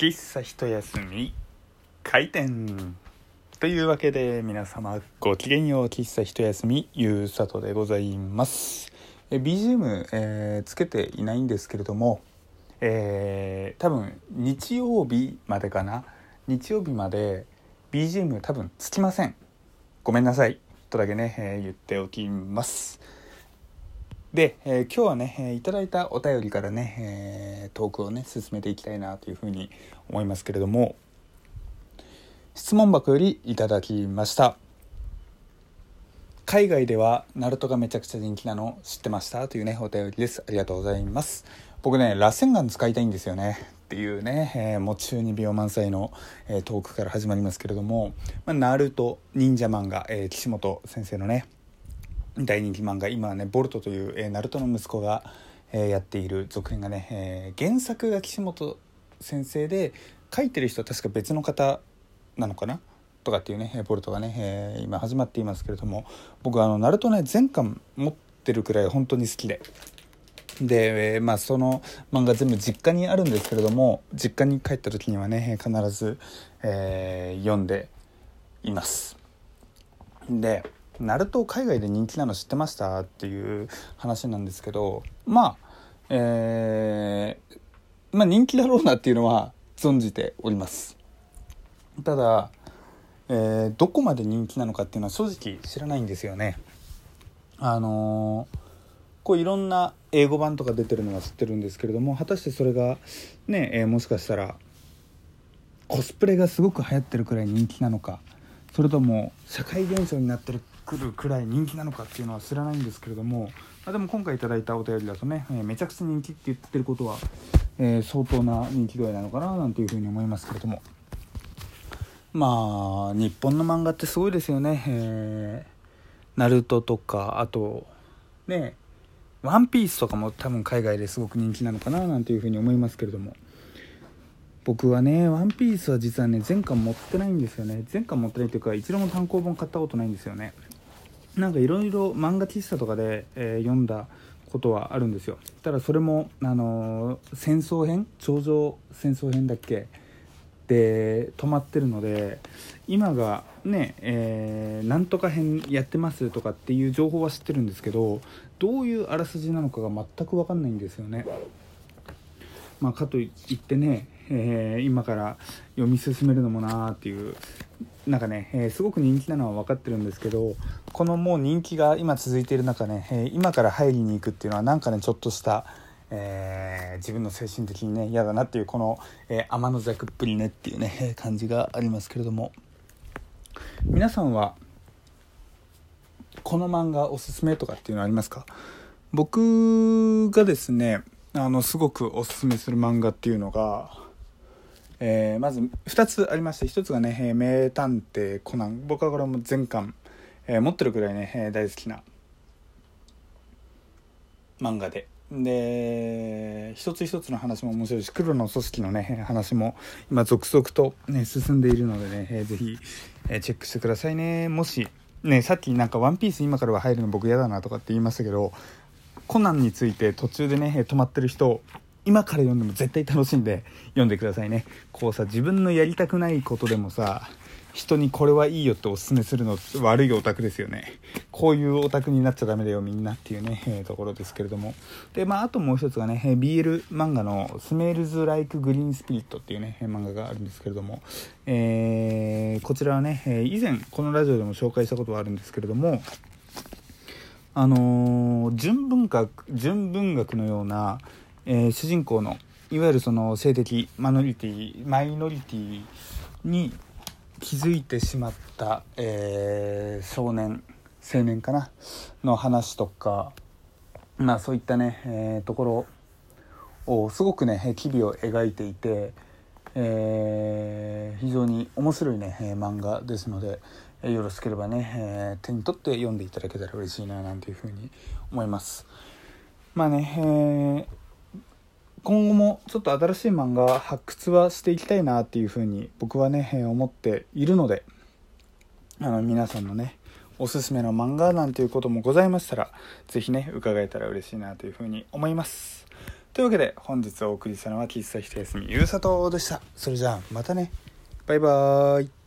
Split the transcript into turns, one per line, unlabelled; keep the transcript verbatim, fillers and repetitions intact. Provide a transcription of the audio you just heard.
喫茶一休み開店というわけで、皆様ごきげんよう。喫茶一休みゆうさとでございます。え ビージーエム、えー、つけていないんですけれども、えー、多分日曜日までかな日曜日まで ビージーエム 多分つきません。ごめんなさいとだけね、えー、言っておきます。で、えー、今日はね、えー、いただいたお便りからね、えー、トークをね進めていきたいなというふうに思いますけれども、質問箱よりいただきました。海外ではナルトがめちゃくちゃ人気なの知ってましたというねお便りです。ありがとうございます。僕ね螺旋丸使いたいんですよねっていうね、えー、もう中二病満載の、えー、トークから始まりますけれども、まあ、ナルト忍者漫画、えー、岸本先生のね大人気漫画、今はねボルトという、えー、ナルトの息子が、えー、やっている続編がね、えー、原作が岸本先生で書いてる人は確か別の方なのかなとかっていうねボルトがね、えー、今始まっていますけれども、僕はあのナルトね全巻持ってるくらい本当に好きでで、えー、まあその漫画全部実家にあるんですけれども、実家に帰った時にはね必ず、えー、読んでいます。でナルト海外で人気なの知ってましたっていう話なんですけど、まあ、えー、まあ人気だろうなっていうのは存じております。ただ、えー、どこまで人気なのかっていうのは正直知らないんですよね。あのー、こういろんな英語版とか出てるのは知ってるんですけれども、果たしてそれがね、えー、もしかしたらコスプレがすごく流行ってるくらい人気なのか、それとも社会現象になってるくるくらい人気なのかっていうのは知らないんですけれども、まあ、でも今回いただいたお便りだとね、えー、めちゃくちゃ人気って言ってることは、えー、相当な人気度合いなのかななんていうふうに思いますけれども、まあ日本の漫画ってすごいですよね。えー、ナルトとか、あとねワンピースとかも多分海外ですごく人気なのかななんていうふうに思いますけれども、僕はねワンピースは実はね全巻持ってないんですよね。全巻持ってないというか一度も単行本買ったことないんですよね。なんかいろいろ漫画喫茶とかで、えー、読んだことはあるんですよ。ただそれも、あのー、戦争編頂上戦争編だっけで止まってるので、今がね、えー、なんとか編やってますとかっていう情報は知ってるんですけど、どういうあらすじなのかが全く分かんないんですよね。まあ、かといってね、えー、今から読み進めるのもなーっていうなんかね、えー、すごく人気なのは分かってるんですけど、このもう人気が今続いている中ね、えー、今から入りに行くっていうのはなんかねちょっとした、えー、自分の精神的にね嫌だなっていう、この、えー、天の弱っぷりねっていうね感じがありますけれども、皆さんはこの漫画おすすめとかっていうのありますか？僕がですねあのすごくおすすめする漫画っていうのが、えー、まずふたつありまして、ひとつがね、えー、名探偵コナン。僕はこれも全巻、えー、持ってるくらいね、えー、大好きな漫画で、で一つ一つの話も面白いし、黒の組織のね話も今続々と、ね、進んでいるのでね、えー、ぜひ、えー、チェックしてくださいね。もしね、さっきなんかワンピース今からは入るの僕嫌だなとかって言いましたけど、コナンについて途中でね止まってる人、今から読んでも絶対楽しんで読んでくださいね。こうさ、自分のやりたくないことでもさ、人にこれはいいよっておすすめするの悪いオタクですよね。こういうオタクになっちゃダメだよみんなっていうね、えー、ところですけれども、でまああともう一つがね ビーエル 漫画のスメールズ・ライク・グリーン・スピリットっていうね漫画があるんですけれども、えー、こちらはね以前このラジオでも紹介したことはあるんですけれども、あのー、純文学純文学のような、えー、主人公のいわゆるその性的マイノリティマイノリティに気づいてしまった、えー、少年青年かなの話とか、まあそういったね、えー、ところをすごくね機微を描いていて、えー、非常に面白いね漫画ですので、よろしければね、えー、手に取って読んでいただけたら嬉しいななんていうふうに思います。まあね、えー、今後もちょっと新しい漫画発掘はしていきたいなっていうふうに僕はね、えー、思っているので、あの皆さんのねおすすめの漫画なんていうこともございましたら、ぜひね伺えたら嬉しいなというふうに思います。 というわけで本日お送りしたのは喫茶一休みゆうさとでした。それじゃあまたね、バイバーイ。